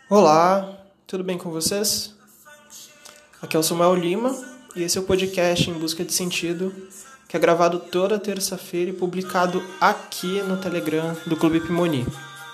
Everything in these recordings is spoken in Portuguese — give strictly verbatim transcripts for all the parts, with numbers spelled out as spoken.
Olá, tudo bem com vocês? Aqui é o Samuel Lima e esse é o podcast Em Busca de Sentido, que é gravado toda terça-feira e publicado aqui no Telegram do Clube Pimoni.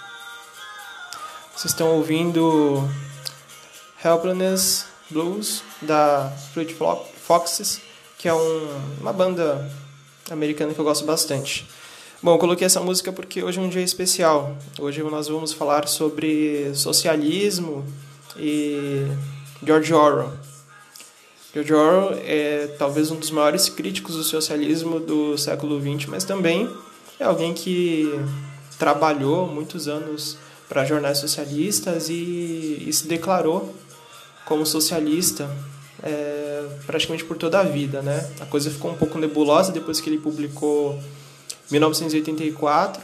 Vocês estão ouvindo Helplessness Blues, da Fleet Foxes, que é um, uma banda americana que eu gosto bastante. Bom, eu coloquei essa música porque hoje é um dia especial. Hoje nós vamos falar sobre socialismo e George Orwell. George Orwell é talvez um dos maiores críticos do socialismo do século vinte, mas também é alguém que trabalhou muitos anos para jornais socialistas e, e se declarou como socialista é, praticamente por toda a vida, né? A coisa ficou um pouco nebulosa depois que ele publicou mil novecentos e oitenta e quatro,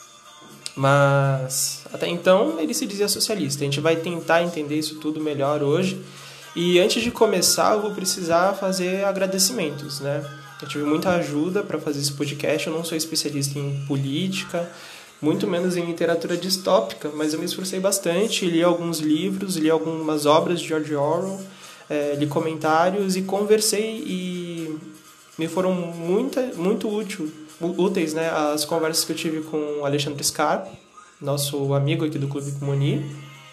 mas até então ele se dizia socialista. A gente vai tentar entender isso tudo melhor hoje. E antes de começar, eu vou precisar fazer agradecimentos, né? Eu tive muita ajuda para fazer esse podcast. Eu não sou especialista em política, muito menos em literatura distópica, mas eu me esforcei bastante, li alguns livros, li algumas obras de George Orwell, é, li comentários e conversei, e me foram muita, muito útil, úteis, né, as conversas que eu tive com o Alexandre Scarpa, nosso amigo aqui do Clube Pimoni,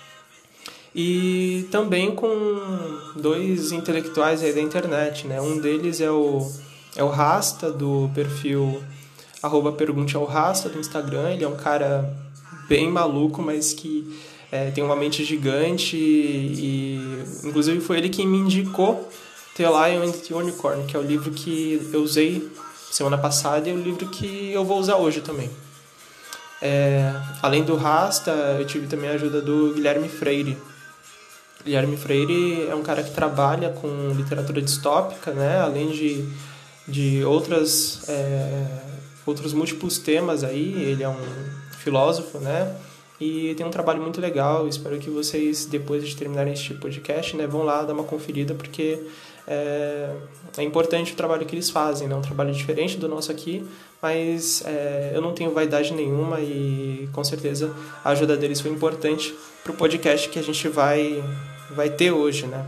e também com dois intelectuais aí da internet, né? Um deles é o, é o Rasta, do perfil arroba Pergunte ao Rasta do Instagram. Ele é um cara bem maluco, mas que é, tem uma mente gigante, e, e inclusive foi ele quem me indicou The Lion and the Unicorn, que é o livro que eu usei semana passada e é o livro que eu vou usar hoje também. É, além do Rasta, eu tive também a ajuda do Guilherme Freire. Guilherme Freire é um cara que trabalha com literatura distópica, né? Além de, de outras, é, outros múltiplos temas aí. Ele é um filósofo, né? E tem um trabalho muito legal. Espero que vocês, depois de terminarem este podcast, né, vão lá dar uma conferida, porque é, é importante o trabalho que eles fazem, né? Um trabalho diferente do nosso aqui, mas é, eu não tenho vaidade nenhuma e com certeza a ajuda deles foi importante para o podcast que a gente vai, vai ter hoje, né?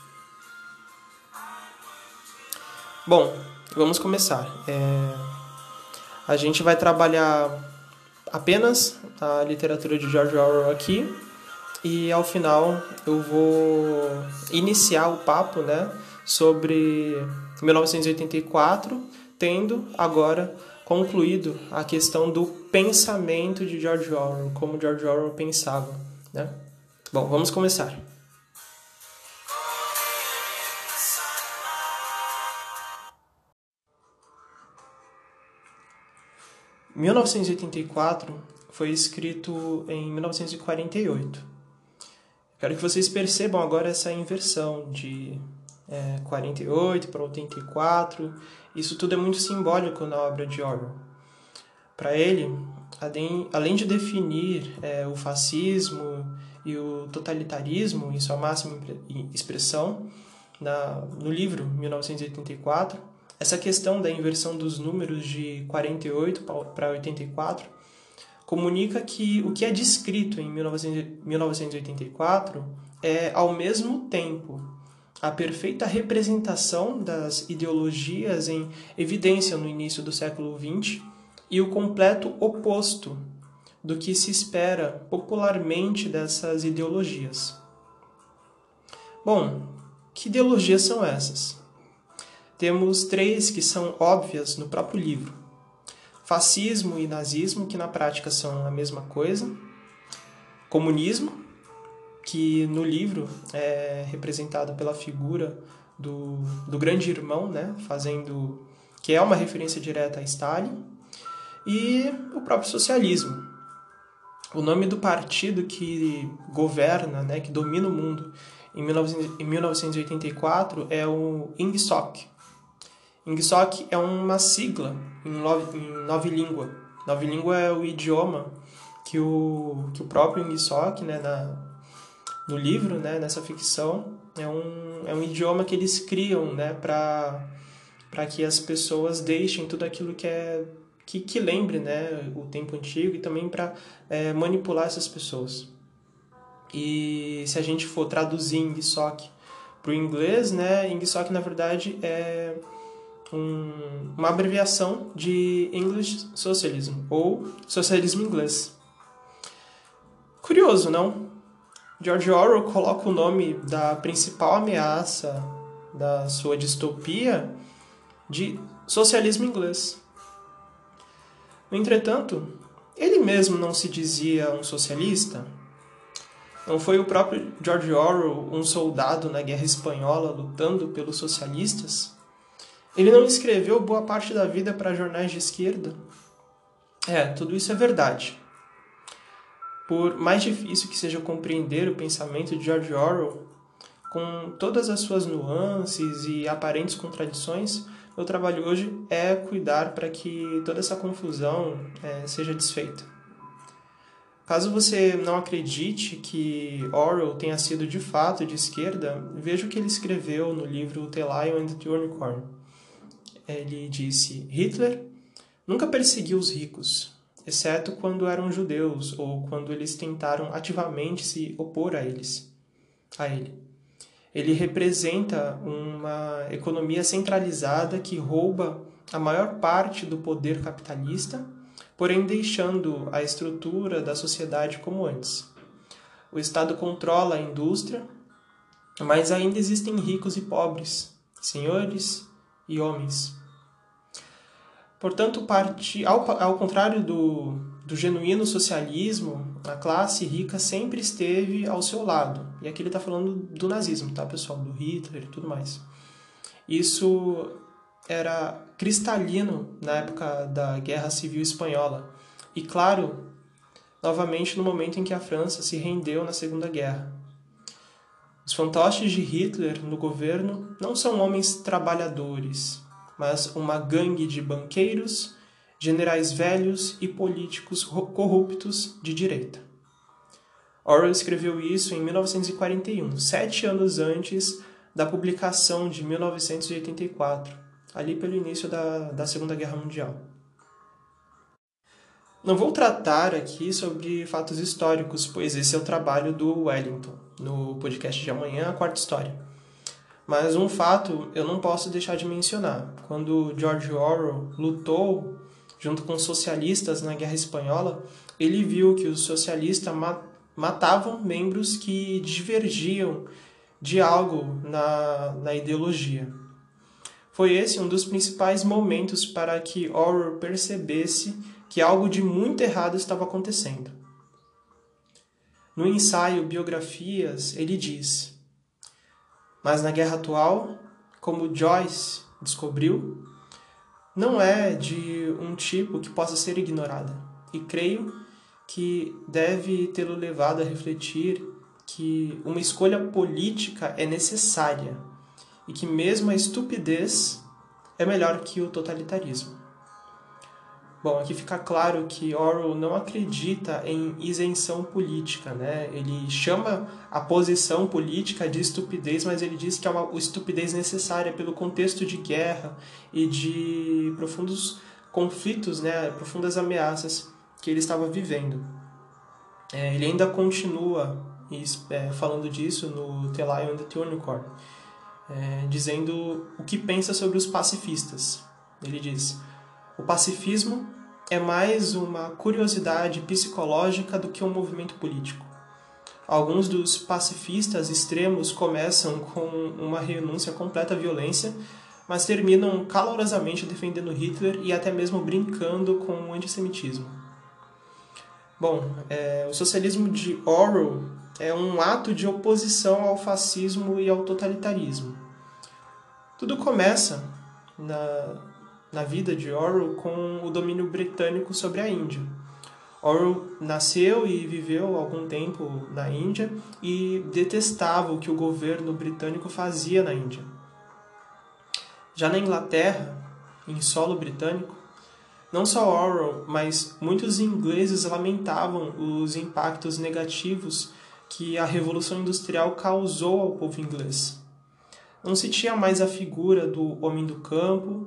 Bom, vamos começar. É, a gente vai trabalhar apenas a literatura de George Orwell aqui, e ao final eu vou iniciar o papo, né, sobre mil novecentos e oitenta e quatro, tendo agora concluído a questão do pensamento de George Orwell, como George Orwell pensava, né? Bom, vamos começar. mil novecentos e oitenta e quatro foi escrito em mil novecentos e quarenta e oito. Quero que vocês percebam agora essa inversão de é, quarenta e oito para oitenta e quatro. Isso tudo é muito simbólico na obra de Orwell. Para ele, além de definir é, o fascismo e o totalitarismo em sua máxima expressão, na, no livro mil novecentos e oitenta e quatro, essa questão da inversão dos números de quarenta e oito para oitenta e quatro comunica que o que é descrito em mil novecentos e oitenta e quatro é, ao mesmo tempo, a perfeita representação das ideologias em evidência no início do século vinte e o completo oposto do que se espera popularmente dessas ideologias. Bom, que ideologias são essas? Temos três que são óbvias no próprio livro. Fascismo e nazismo, que na prática são a mesma coisa. Comunismo, que no livro é representado pela figura do, do grande irmão, né, fazendo, que é uma referência direta a Stalin. E o próprio socialismo. O nome do partido que governa, né, que domina o mundo em mil novecentos e oitenta e quatro é o Ingsoc. Ingsoc é uma sigla em nove, em nove língua. Nove língua é o idioma que o, que o próprio Ingsoc, né, na, no livro, né, nessa ficção, é um, é um idioma que eles criam, né, para para que as pessoas deixem tudo aquilo que é que, que lembre, né, o tempo antigo, e também para é, manipular essas pessoas. E se a gente for traduzir Ingsoc para o inglês, né, Ingsoc na verdade é um, uma abreviação de English Socialism, ou socialismo inglês. Curioso, não? George Orwell coloca o nome da principal ameaça da sua distopia de socialismo inglês. No entretanto, ele mesmo não se dizia um socialista. Não foi o próprio George Orwell um soldado na Guerra Espanhola lutando pelos socialistas? Ele não escreveu boa parte da vida para jornais de esquerda? É, tudo isso é verdade. Por mais difícil que seja compreender o pensamento de George Orwell, com todas as suas nuances e aparentes contradições, meu trabalho hoje é cuidar para que toda essa confusão é, seja desfeita. Caso você não acredite que Orwell tenha sido de fato de esquerda, veja o que ele escreveu no livro The Lion and the Unicorn. Ele disse: Hitler nunca perseguiu os ricos, exceto quando eram judeus ou quando eles tentaram ativamente se opor a eles, a ele. Ele representa uma economia centralizada que rouba a maior parte do poder capitalista, porém deixando a estrutura da sociedade como antes. O Estado controla a indústria, mas ainda existem ricos e pobres, senhores e homens. Portanto, ao, ao contrário do, do genuíno socialismo, a classe rica sempre esteve ao seu lado. E aqui ele está falando do nazismo, tá, pessoal? Do Hitler e tudo mais. Isso era cristalino na época da Guerra Civil Espanhola. E, claro, novamente no momento em que a França se rendeu na Segunda Guerra. Os fantoches de Hitler no governo não são homens trabalhadores, mas uma gangue de banqueiros, generais velhos e políticos corruptos de direita. Orwell escreveu isso em mil novecentos e quarenta e um, sete anos antes da publicação de mil novecentos e oitenta e quatro, ali pelo início da, da Segunda Guerra Mundial. Não vou tratar aqui sobre fatos históricos, pois esse é o trabalho do Wellington, no podcast de amanhã, a quarta história. Mas um fato eu não posso deixar de mencionar. Quando George Orwell lutou junto com os socialistas na Guerra Espanhola, ele viu que os socialistas matavam membros que divergiam de algo na, na ideologia. Foi esse um dos principais momentos para que Orwell percebesse que algo de muito errado estava acontecendo. No ensaio Biografias, ele diz: mas na guerra atual, como Joyce descobriu, não é de um tipo que possa ser ignorada. E creio que deve tê-lo levado a refletir que uma escolha política é necessária e que mesmo a estupidez é melhor que o totalitarismo. Bom, aqui fica claro que Orwell não acredita em isenção política, né? Ele chama a posição política de estupidez, mas ele diz que é uma estupidez necessária pelo contexto de guerra e de profundos conflitos, né? Profundas ameaças que ele estava vivendo. É, ele ainda continua é, falando disso no The Lion and the Unicorn, é, dizendo o que pensa sobre os pacifistas. Ele diz: o pacifismo é mais uma curiosidade psicológica do que um movimento político. Alguns dos pacifistas extremos começam com uma renúncia completa à violência, mas terminam calorosamente defendendo Hitler e até mesmo brincando com o antissemitismo. Bom, é, o socialismo de Orwell é um ato de oposição ao fascismo e ao totalitarismo. Tudo começa na... na vida de Orwell com o domínio britânico sobre a Índia. Orwell nasceu e viveu algum tempo na Índia e detestava o que o governo britânico fazia na Índia. Já na Inglaterra, em solo britânico, não só Orwell, mas muitos ingleses lamentavam os impactos negativos que a Revolução Industrial causou ao povo inglês. Não se tinha mais a figura do homem do campo,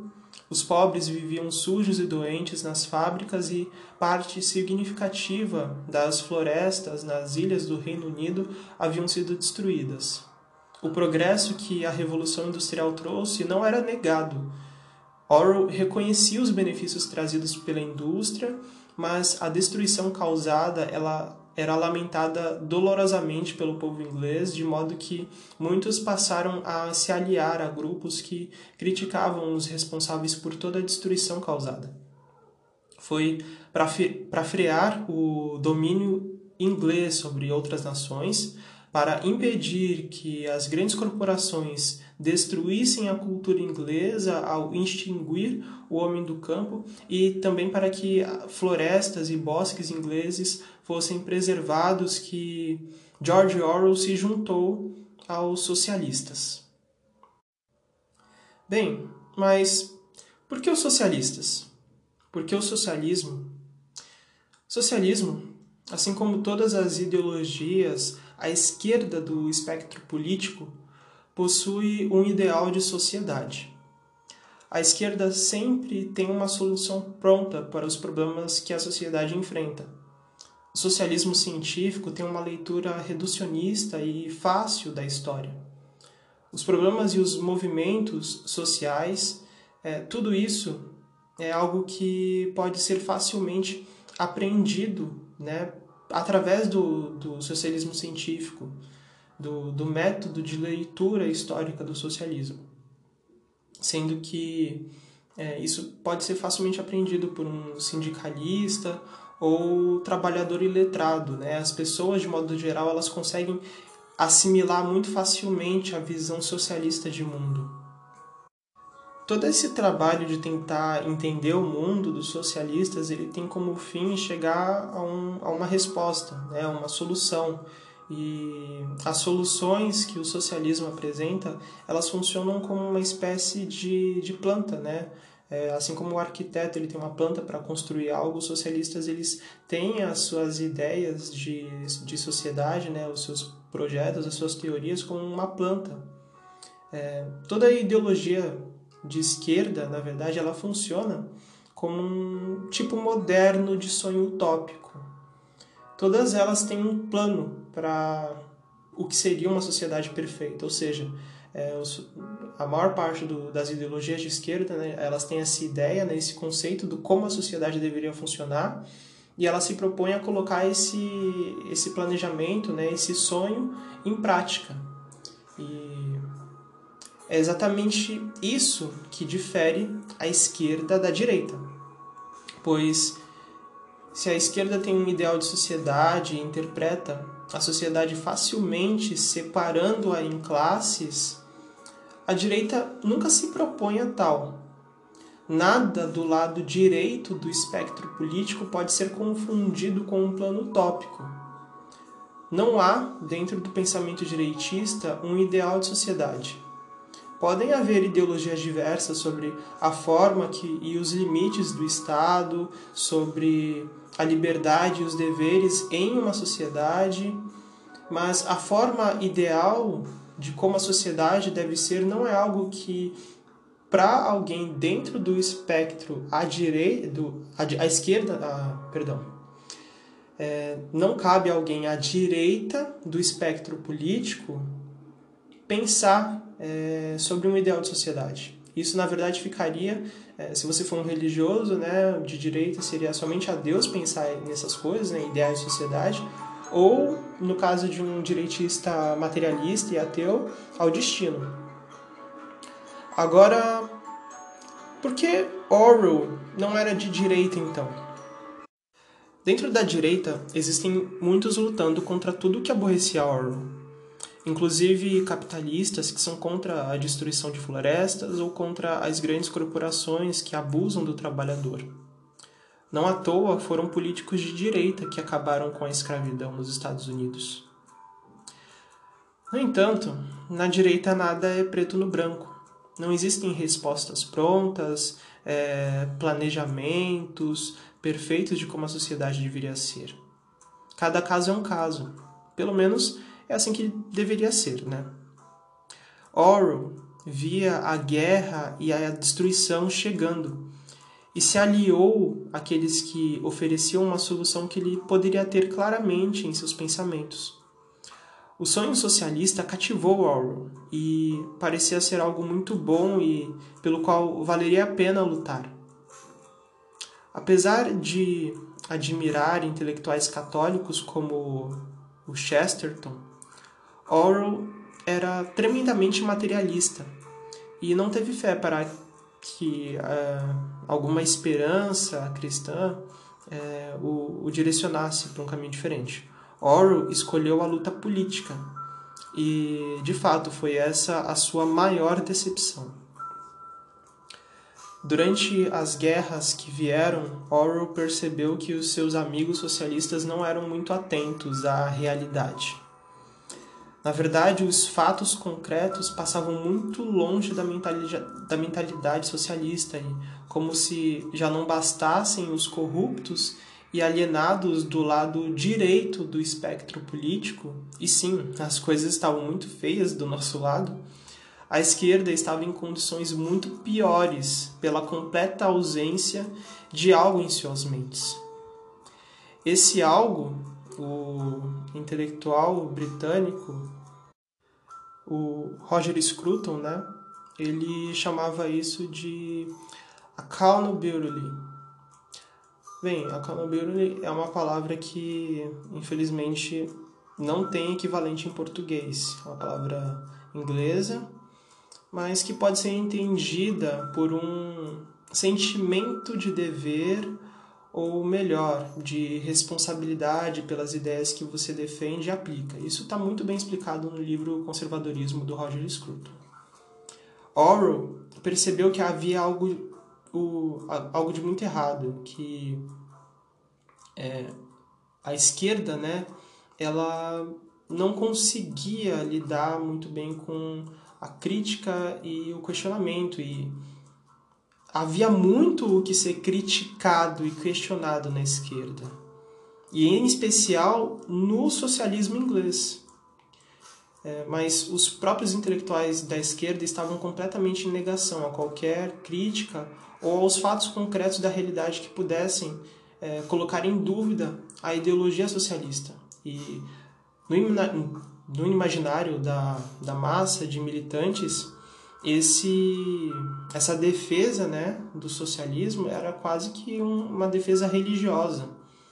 Os pobres viviam sujos e doentes nas fábricas e parte significativa das florestas nas ilhas do Reino Unido haviam sido destruídas. O progresso que a Revolução Industrial trouxe não era negado. Orwell reconhecia os benefícios trazidos pela indústria, mas a destruição causada ela era lamentada dolorosamente pelo povo inglês, de modo que muitos passaram a se aliar a grupos que criticavam os responsáveis por toda a destruição causada. Foi para frear o domínio inglês sobre outras nações, para impedir que as grandes corporações destruíssem a cultura inglesa ao extinguir o homem do campo e também para que florestas e bosques ingleses fossem preservados, que George Orwell se juntou aos socialistas. Bem, mas por que os socialistas? Por que o socialismo? Socialismo, assim como todas as ideologias à esquerda do espectro político, possui um ideal de sociedade. A esquerda sempre tem uma solução pronta para os problemas que a sociedade enfrenta. O socialismo científico tem uma leitura reducionista e fácil da história. Os problemas e os movimentos sociais, é, tudo isso é algo que pode ser facilmente apreendido, né, através do, do socialismo científico, do, do método de leitura histórica do socialismo. Sendo que é, isso pode ser facilmente apreendido por um sindicalista ou trabalhador iletrado, né? As pessoas, de modo geral, elas conseguem assimilar muito facilmente a visão socialista de mundo. Todo esse trabalho de tentar entender o mundo dos socialistas, ele tem como fim chegar a, um, a uma resposta, né? Uma solução. E as soluções que o socialismo apresenta, elas funcionam como uma espécie de, de planta, né? É, assim como o arquiteto ele tem uma planta para construir algo, os socialistas eles têm as suas ideias de, de sociedade, né? Os seus projetos, as suas teorias como uma planta. É, toda a ideologia de esquerda, na verdade, ela funciona como um tipo moderno de sonho utópico. Todas elas têm um plano para o que seria uma sociedade perfeita, ou seja, é, os, a maior parte do, das ideologias de esquerda, né, elas têm essa ideia, né, esse conceito de como a sociedade deveria funcionar, e ela se propõe a colocar esse, esse planejamento, né, esse sonho em prática. E é exatamente isso que difere a esquerda da direita, pois se a esquerda tem um ideal de sociedade e interpreta a sociedade facilmente separando-a em classes, a direita nunca se propõe a tal. Nada do lado direito do espectro político pode ser confundido com um plano utópico. Não há, dentro do pensamento direitista, um ideal de sociedade. Podem haver ideologias diversas sobre a forma que, e os limites do Estado, sobre a liberdade e os deveres em uma sociedade, mas a forma ideal de como a sociedade deve ser não é algo que, para alguém dentro do espectro à direita, à esquerda, à, perdão, é, não cabe a alguém à direita do espectro político pensar é, sobre um ideal de sociedade. Isso, na verdade, ficaria, é, se você for um religioso, né, de direita, seria somente a Deus pensar nessas coisas, né, ideais de sociedade, ou, no caso de um direitista materialista e ateu, ao destino. Agora, por que Orwell não era de direita, então? Dentro da direita, existem muitos lutando contra tudo que aborrecia Orwell. Inclusive capitalistas que são contra a destruição de florestas ou contra as grandes corporações que abusam do trabalhador. Não à toa foram políticos de direita que acabaram com a escravidão nos Estados Unidos. No entanto, na direita nada é preto no branco. Não existem respostas prontas, é, planejamentos perfeitos de como a sociedade deveria ser. Cada caso é um caso. Pelo menos é assim que deveria ser, né? Orwell via a guerra e a destruição chegando e se aliou àqueles que ofereciam uma solução que ele poderia ter claramente em seus pensamentos. O sonho socialista cativou Orwell e parecia ser algo muito bom e pelo qual valeria a pena lutar. Apesar de admirar intelectuais católicos como o Chesterton, Orwell era tremendamente materialista e não teve fé para que uh, alguma esperança cristã uh, o, o direcionasse para um caminho diferente. Orwell escolheu a luta política e, de fato, foi essa a sua maior decepção. Durante as guerras que vieram, Orwell percebeu que os seus amigos socialistas não eram muito atentos à realidade. Na verdade, os fatos concretos passavam muito longe da mentalidade, da mentalidade socialista, e como se já não bastassem os corruptos e alienados do lado direito do espectro político, e sim, as coisas estavam muito feias do nosso lado, a esquerda estava em condições muito piores pela completa ausência de algo em suas mentes. Esse algo, o intelectual britânico, o Roger Scruton, né, ele chamava isso de accountability. Bem, accountability é uma palavra que, infelizmente, não tem equivalente em português. É uma palavra inglesa, mas que pode ser entendida por um sentimento de dever, ou melhor, de responsabilidade pelas ideias que você defende e aplica. Isso está muito bem explicado no livro Conservadorismo, do Roger Scruton. Orwell percebeu que havia algo, o, algo de muito errado, que é, a esquerda, né, ela não conseguia lidar muito bem com a crítica e o questionamento, e havia muito o que ser criticado e questionado na esquerda, e em especial no socialismo inglês. É, mas os próprios intelectuais da esquerda estavam completamente em negação a qualquer crítica ou aos fatos concretos da realidade que pudessem é, colocar em dúvida a ideologia socialista. E no, no imaginário da, da massa de militantes, esse, essa defesa, né, do socialismo era quase que um, uma defesa religiosa.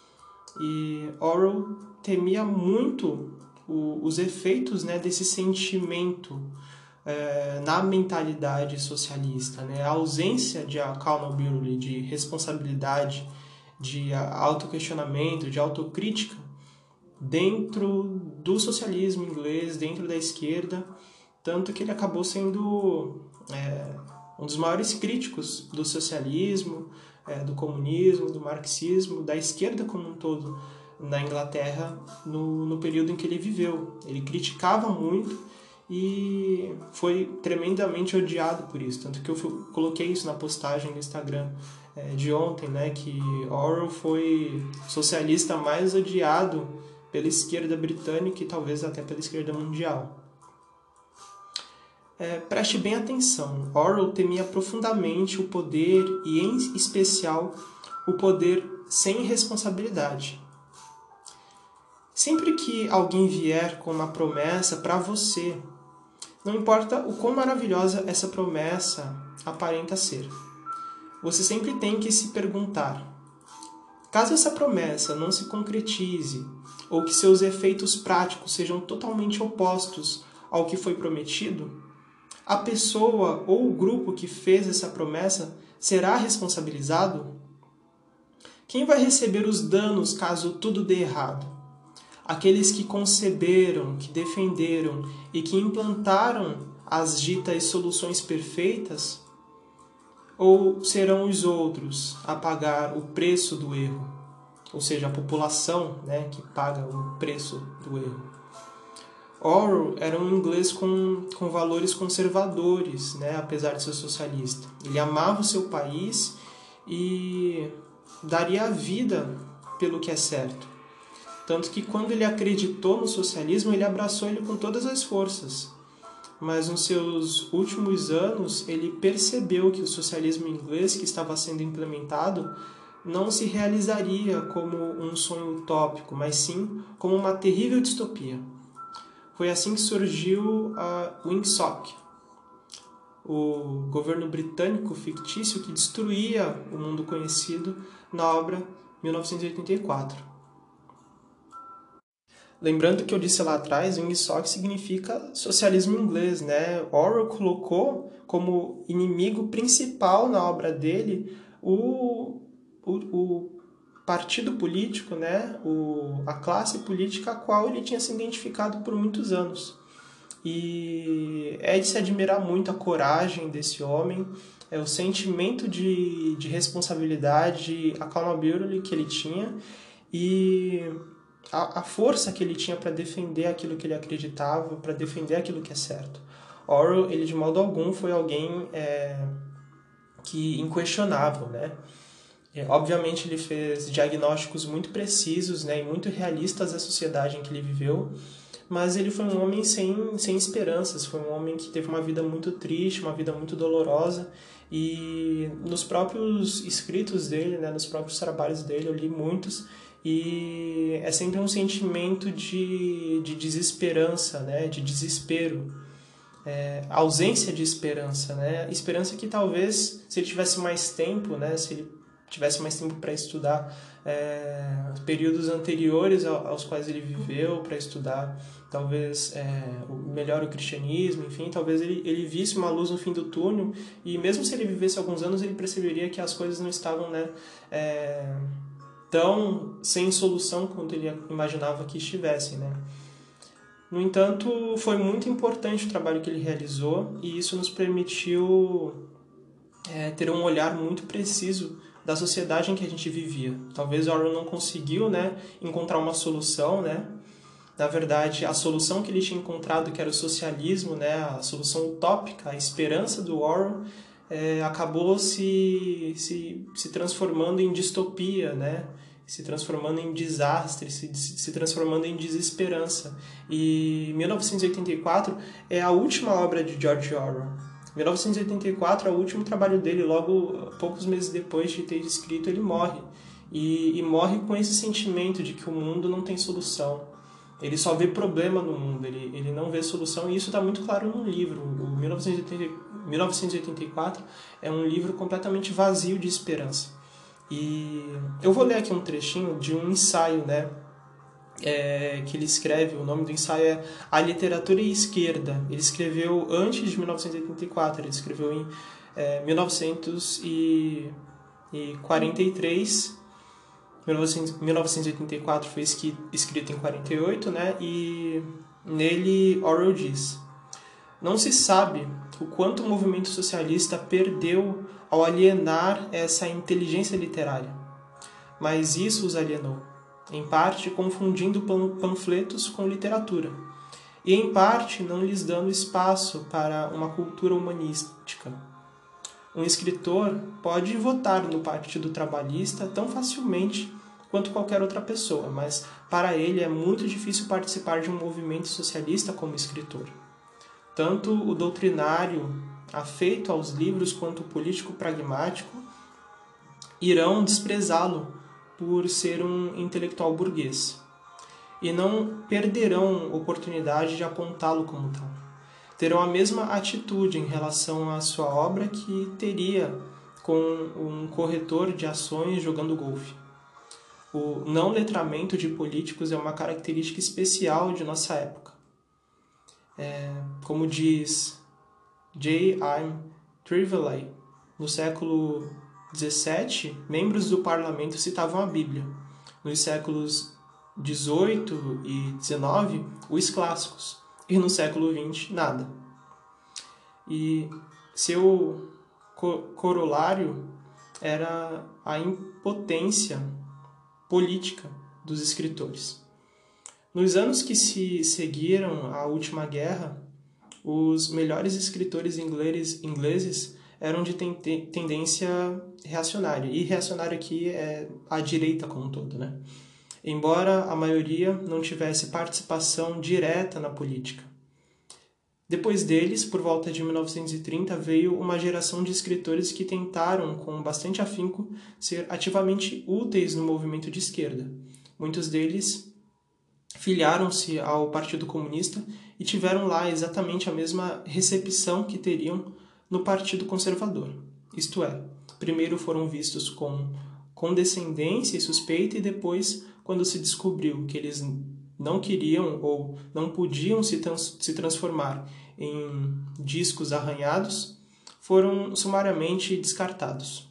E Orwell temia muito o, os efeitos, né, desse sentimento é, na mentalidade socialista, né, a ausência de accountability, de responsabilidade, de autoquestionamento, de autocrítica dentro do socialismo inglês, dentro da esquerda, tanto que ele acabou sendo é, um dos maiores críticos do socialismo, é, do comunismo, do marxismo, da esquerda como um todo na Inglaterra no, no período em que ele viveu. Ele criticava muito e foi tremendamente odiado por isso, tanto que eu fui, coloquei isso na postagem no Instagram é, de ontem, né, que Orwell foi o socialista mais odiado pela esquerda britânica e talvez até pela esquerda mundial. É, preste bem atenção, Orwell temia profundamente o poder e, em especial, o poder sem responsabilidade. Sempre que alguém vier com uma promessa para você, não importa o quão maravilhosa essa promessa aparenta ser, você sempre tem que se perguntar: caso essa promessa não se concretize ou que seus efeitos práticos sejam totalmente opostos ao que foi prometido, a pessoa ou o grupo que fez essa promessa será responsabilizado? Quem vai receber os danos caso tudo dê errado? Aqueles que conceberam, que defenderam e que implantaram as ditas soluções perfeitas? Ou serão os outros a pagar o preço do erro? Ou seja, a população, né, que paga o preço do erro. Orwell era um inglês com, com valores conservadores, né, apesar de ser socialista. Ele amava o seu país e daria a vida pelo que é certo. Tanto que quando ele acreditou no socialismo, ele abraçou ele com todas as forças. mas nos seus últimos anos ele percebeu que o socialismo inglês que estava sendo implementado não se realizaria como um sonho utópico, mas sim como uma terrível distopia. Foi assim que surgiu a Wingsock, o governo britânico fictício que destruía o mundo conhecido na obra mil novecentos e oitenta e quatro. Lembrando que eu disse lá atrás, Wingsock significa socialismo inglês, né? Orwell colocou como inimigo principal na obra dele o, o, o partido político, né? o, a classe política a qual ele tinha se identificado por muitos anos. E é de se admirar muito a coragem desse homem, é o sentimento de, de responsabilidade, a accountability que ele tinha e a, a força que ele tinha para defender aquilo que ele acreditava, para defender aquilo que é certo. Orwell, ele de modo algum foi alguém é, que inquestionável, né? É, obviamente ele fez diagnósticos muito precisos, né, e muito realistas da sociedade em que ele viveu, mas ele foi um homem sem, sem esperanças, foi um homem que teve uma vida muito triste, uma vida muito dolorosa, e nos próprios escritos dele, né, nos próprios trabalhos dele, eu li muitos, e é sempre um sentimento de, de desesperança, né, de desespero, é, ausência de esperança, né, esperança que talvez, se ele tivesse mais tempo, né, se ele tivesse mais tempo para estudar é, períodos anteriores aos quais ele viveu, para estudar talvez é, melhor o cristianismo, enfim, talvez ele, ele visse uma luz no fim do túnel e mesmo se ele vivesse alguns anos, ele perceberia que as coisas não estavam, né, é, tão sem solução quanto ele imaginava que estivessem, né. No entanto, foi muito importante o trabalho que ele realizou e isso nos permitiu é, ter um olhar muito preciso da sociedade em que a gente vivia. Talvez Orwell não conseguiu, né, encontrar uma solução, né? Na verdade, a solução que ele tinha encontrado, que era o socialismo, né, a solução utópica, a esperança do Orwell, é, acabou se, se, se transformando em distopia, né? Se transformando em desastre, se, se transformando em desesperança. E mil novecentos e oitenta e quatro é a última obra de George Orwell. mil novecentos e oitenta e quatro é o último trabalho dele, logo poucos meses depois de ter escrito, ele morre. E, e morre com esse sentimento de que o mundo não tem solução. Ele só vê problema no mundo, ele, ele não vê solução, e isso está muito claro no livro. O mil novecentos e oitenta e quatro é um livro completamente vazio de esperança. E eu vou ler aqui um trechinho de um ensaio, né? É, que ele escreve, o nome do ensaio é A Literatura e a Esquerda. Ele escreveu antes de mil novecentos e oitenta e quatro, ele escreveu em é, mil novecentos e quarenta e três, mil novecentos e oitenta e quatro foi escrito em quarenta e oito, né? E nele Orwell diz: não se sabe o quanto o movimento socialista perdeu ao alienar essa inteligência literária, mas isso os alienou, em parte confundindo panfletos com literatura, e em parte não lhes dando espaço para uma cultura humanística. Um escritor pode votar no Partido Trabalhista tão facilmente quanto qualquer outra pessoa, mas para ele é muito difícil participar de um movimento socialista como escritor. Tanto o doutrinário afeito aos livros quanto o político pragmático irão desprezá-lo por ser um intelectual burguês, e não perderão oportunidade de apontá-lo como tal. Terão a mesma atitude em relação à sua obra que teria com um corretor de ações jogando golfe. O não letramento de políticos é uma característica especial de nossa época. É, como diz J. M. Trively, no século dezessete, membros do parlamento citavam a Bíblia. Nos séculos dezoito e dezenove, os clássicos. E no século vinte, nada. E seu corolário era a impotência política dos escritores. Nos anos que se seguiram à última guerra, os melhores escritores ingleses eram de tendência reacionária. E reacionário aqui é a direita como um todo, né? Embora a maioria não tivesse participação direta na política. Depois deles, por volta de mil novecentos e trinta, veio uma geração de escritores que tentaram, com bastante afinco, ser ativamente úteis no movimento de esquerda. Muitos deles filiaram-se ao Partido Comunista e tiveram lá exatamente a mesma recepção que teriam no Partido Conservador. Isto é, primeiro foram vistos com condescendência e suspeita e depois, quando se descobriu que eles não queriam ou não podiam se, trans- se transformar em discos arranhados, foram sumariamente descartados.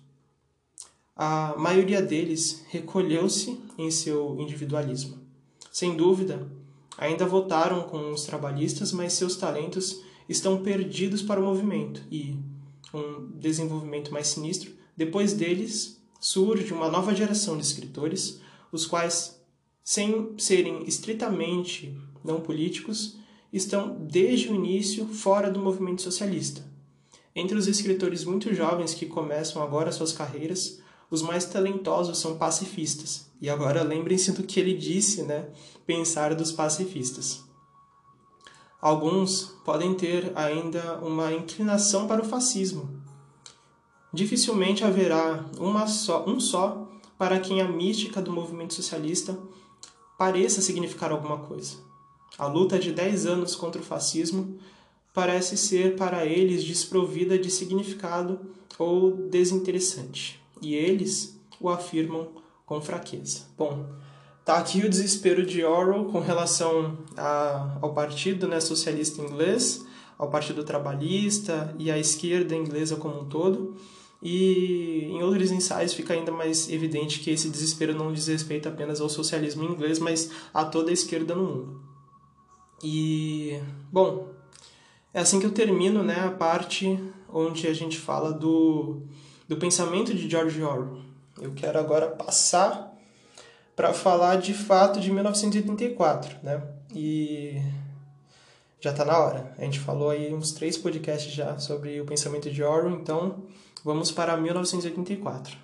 A maioria deles recolheu-se em seu individualismo. Sem dúvida, ainda votaram com os trabalhistas, mas seus talentos estão perdidos para o movimento e, um desenvolvimento mais sinistro, depois deles surge uma nova geração de escritores, os quais, sem serem estritamente não políticos, estão desde o início fora do movimento socialista. Entre os escritores muito jovens que começam agora suas carreiras, os mais talentosos são pacifistas. E agora lembrem-se do que ele disse, né? Pensar dos pacifistas. Alguns podem ter ainda uma inclinação para o fascismo. Dificilmente haverá uma só, um só para quem a mística do movimento socialista pareça significar alguma coisa. A luta de dez anos contra o fascismo parece ser para eles desprovida de significado ou desinteressante. E eles o afirmam com fraqueza. Bom, tá aqui o desespero de Orwell com relação a, ao partido, né, socialista inglês, ao partido trabalhista e à esquerda inglesa como um todo. E em outros ensaios fica ainda mais evidente que esse desespero não diz respeito apenas ao socialismo inglês, mas a toda a esquerda no mundo. E, bom, é assim que eu termino, né, a parte onde a gente fala do, do pensamento de George Orwell. Eu quero agora passar para falar de fato de mil novecentos e oitenta e quatro, né? E já está na hora. A gente falou aí uns três podcasts já sobre o pensamento de Orwell, então vamos para mil novecentos e oitenta e quatro.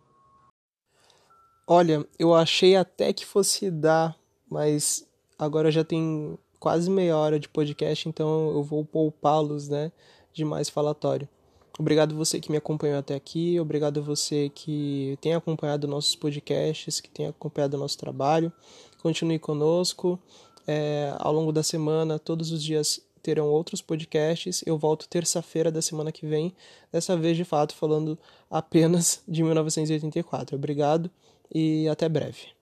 Olha, eu achei até que fosse dar, mas agora já tem quase meia hora de podcast, então eu vou poupá-los, né, de mais falatório. Obrigado você que me acompanhou até aqui, obrigado você que tem acompanhado nossos podcasts, que tem acompanhado nosso trabalho. Continue conosco. É, ao longo da semana, todos os dias terão outros podcasts. Eu volto terça-feira da semana que vem, dessa vez, de fato, falando apenas de mil novecentos e oitenta e quatro. Obrigado e até breve.